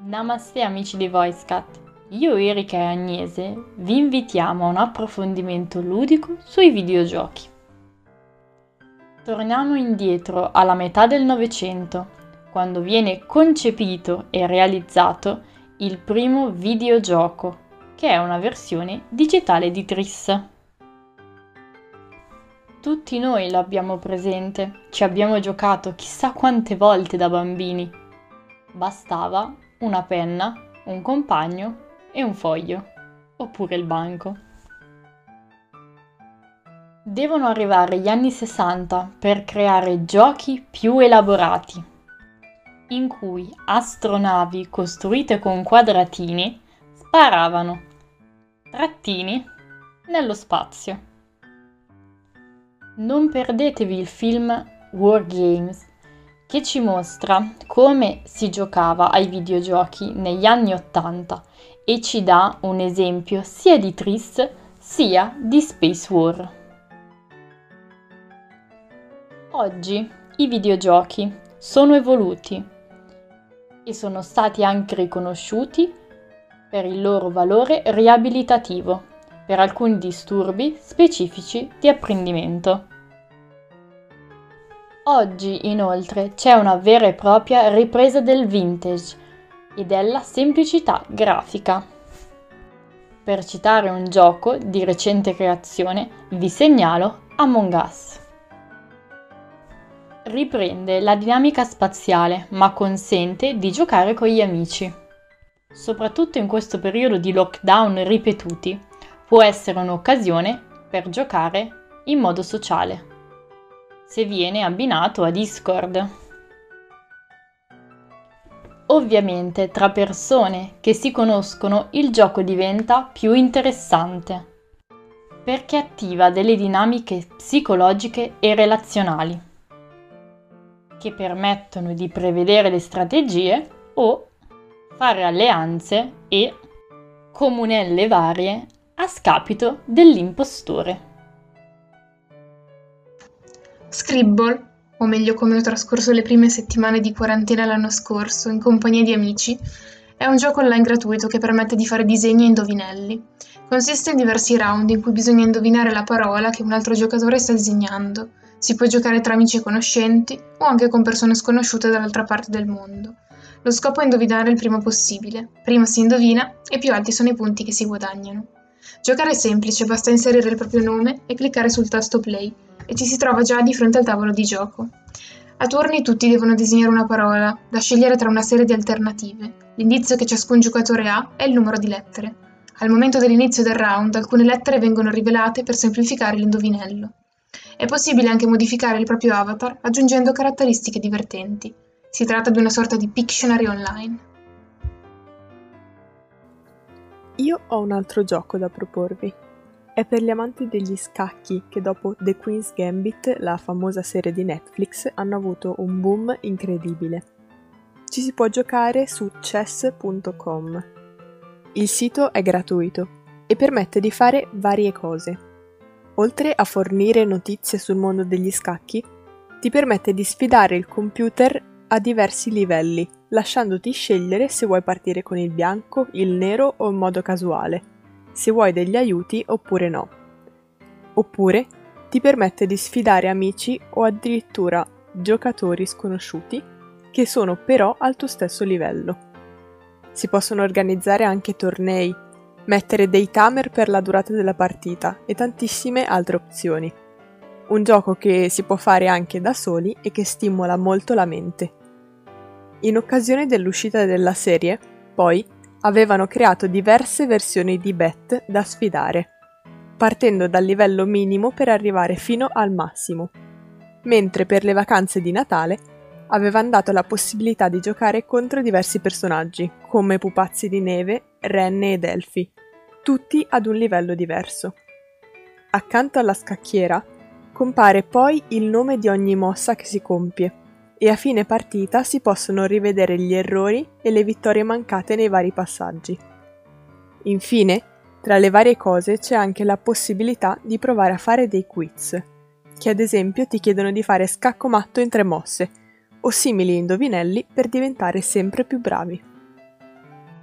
Namaste amici di VoiceCat, io Erika e Agnese vi invitiamo a un approfondimento ludico sui videogiochi. Torniamo indietro alla metà del Novecento, quando viene concepito e realizzato il primo videogioco, che è una versione digitale di Tris. Tutti noi l'abbiamo presente, ci abbiamo giocato chissà quante volte da bambini. Bastava una penna, un compagno e un foglio, oppure il banco. Devono arrivare gli anni 60 per creare giochi più elaborati, in cui astronavi costruite con quadratini sparavano trattini nello spazio. Non perdetevi il film War Games, che ci mostra come si giocava ai videogiochi negli anni 80 e ci dà un esempio sia di Tris sia di Space War. Oggi i videogiochi sono evoluti e sono stati anche riconosciuti per il loro valore riabilitativo per alcuni disturbi specifici di apprendimento. Oggi inoltre c'è una vera e propria ripresa del vintage e della semplicità grafica. Per citare un gioco di recente creazione, vi segnalo Among Us. Riprende la dinamica spaziale, ma consente di giocare con gli amici. Soprattutto in questo periodo di lockdown ripetuti, può essere un'occasione per giocare in modo sociale, se viene abbinato a Discord. Ovviamente tra persone che si conoscono il gioco diventa più interessante, perché attiva delle dinamiche psicologiche e relazionali, che permettono di prevedere le strategie o fare alleanze e comunelle varie a scapito dell'impostore. Scribble, o meglio come ho trascorso le prime settimane di quarantena l'anno scorso in compagnia di amici, è un gioco online gratuito che permette di fare disegni e indovinelli. Consiste in diversi round in cui bisogna indovinare la parola che un altro giocatore sta disegnando. Si può giocare tra amici e conoscenti o anche con persone sconosciute dall'altra parte del mondo. Lo scopo è indovinare il prima possibile. Prima si indovina e più alti sono i punti che si guadagnano. Giocare è semplice, basta inserire il proprio nome e cliccare sul tasto play e ci si trova già di fronte al tavolo di gioco. A turni tutti devono disegnare una parola, da scegliere tra una serie di alternative. L'indizio che ciascun giocatore ha è il numero di lettere. Al momento dell'inizio del round alcune lettere vengono rivelate per semplificare l'indovinello. È possibile anche modificare il proprio avatar aggiungendo caratteristiche divertenti. Si tratta di una sorta di Pictionary online. Io ho un altro gioco da proporvi. È per gli amanti degli scacchi che dopo The Queen's Gambit, la famosa serie di Netflix, hanno avuto un boom incredibile. Ci si può giocare su chess.com. Il sito è gratuito e permette di fare varie cose. Oltre a fornire notizie sul mondo degli scacchi, ti permette di sfidare il computer a diversi livelli, lasciandoti scegliere se vuoi partire con il bianco, il nero o in modo casuale, se vuoi degli aiuti oppure no. Oppure ti permette di sfidare amici o addirittura giocatori sconosciuti che sono però al tuo stesso livello. Si possono organizzare anche tornei, mettere dei timer per la durata della partita e tantissime altre opzioni. Un gioco che si può fare anche da soli e che stimola molto la mente. In occasione dell'uscita della serie, poi, avevano creato diverse versioni di bet da sfidare, partendo dal livello minimo per arrivare fino al massimo, mentre per le vacanze di Natale avevano dato la possibilità di giocare contro diversi personaggi, come pupazzi di neve, renne ed elfi, tutti ad un livello diverso. Accanto alla scacchiera compare poi il nome di ogni mossa che si compie, e a fine partita si possono rivedere gli errori e le vittorie mancate nei vari passaggi. Infine, tra le varie cose c'è anche la possibilità di provare a fare dei quiz, che ad esempio ti chiedono di fare scacco matto in 3 mosse, o simili indovinelli per diventare sempre più bravi.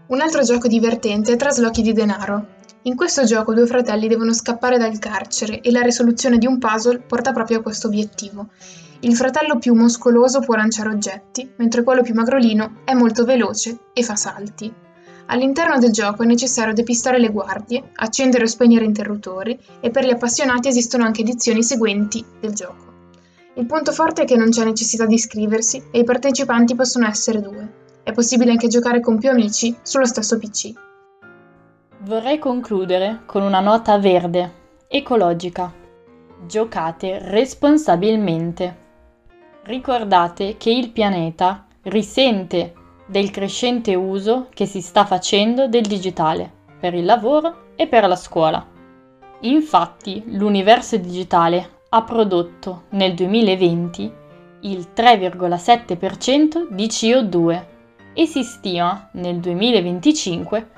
Un altro gioco divertente è Traslochi di denaro. In questo gioco due fratelli devono scappare dal carcere e la risoluzione di un puzzle porta proprio a questo obiettivo. Il fratello più muscoloso può lanciare oggetti, mentre quello più magrolino è molto veloce e fa salti. All'interno del gioco è necessario depistare le guardie, accendere o spegnere interruttori e per gli appassionati esistono anche edizioni seguenti del gioco. Il punto forte è che non c'è necessità di iscriversi e i partecipanti possono essere 2. È possibile anche giocare con più amici sullo stesso PC. Vorrei concludere con una nota verde, ecologica. Giocate responsabilmente. Ricordate che il pianeta risente del crescente uso che si sta facendo del digitale per il lavoro e per la scuola. Infatti, l'universo digitale ha prodotto nel 2020 il 3,7% di CO2 e si stima nel 2025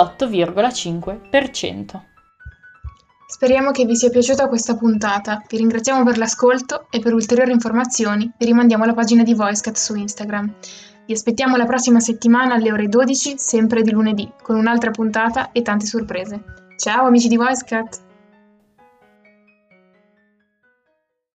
l'8,5%. Speriamo che vi sia piaciuta questa puntata, vi ringraziamo per l'ascolto e per ulteriori informazioni vi rimandiamo alla pagina di VoiceCat su Instagram. Vi aspettiamo la prossima settimana alle ore 12, sempre di lunedì, con un'altra puntata e tante sorprese. Ciao amici di VoiceCat!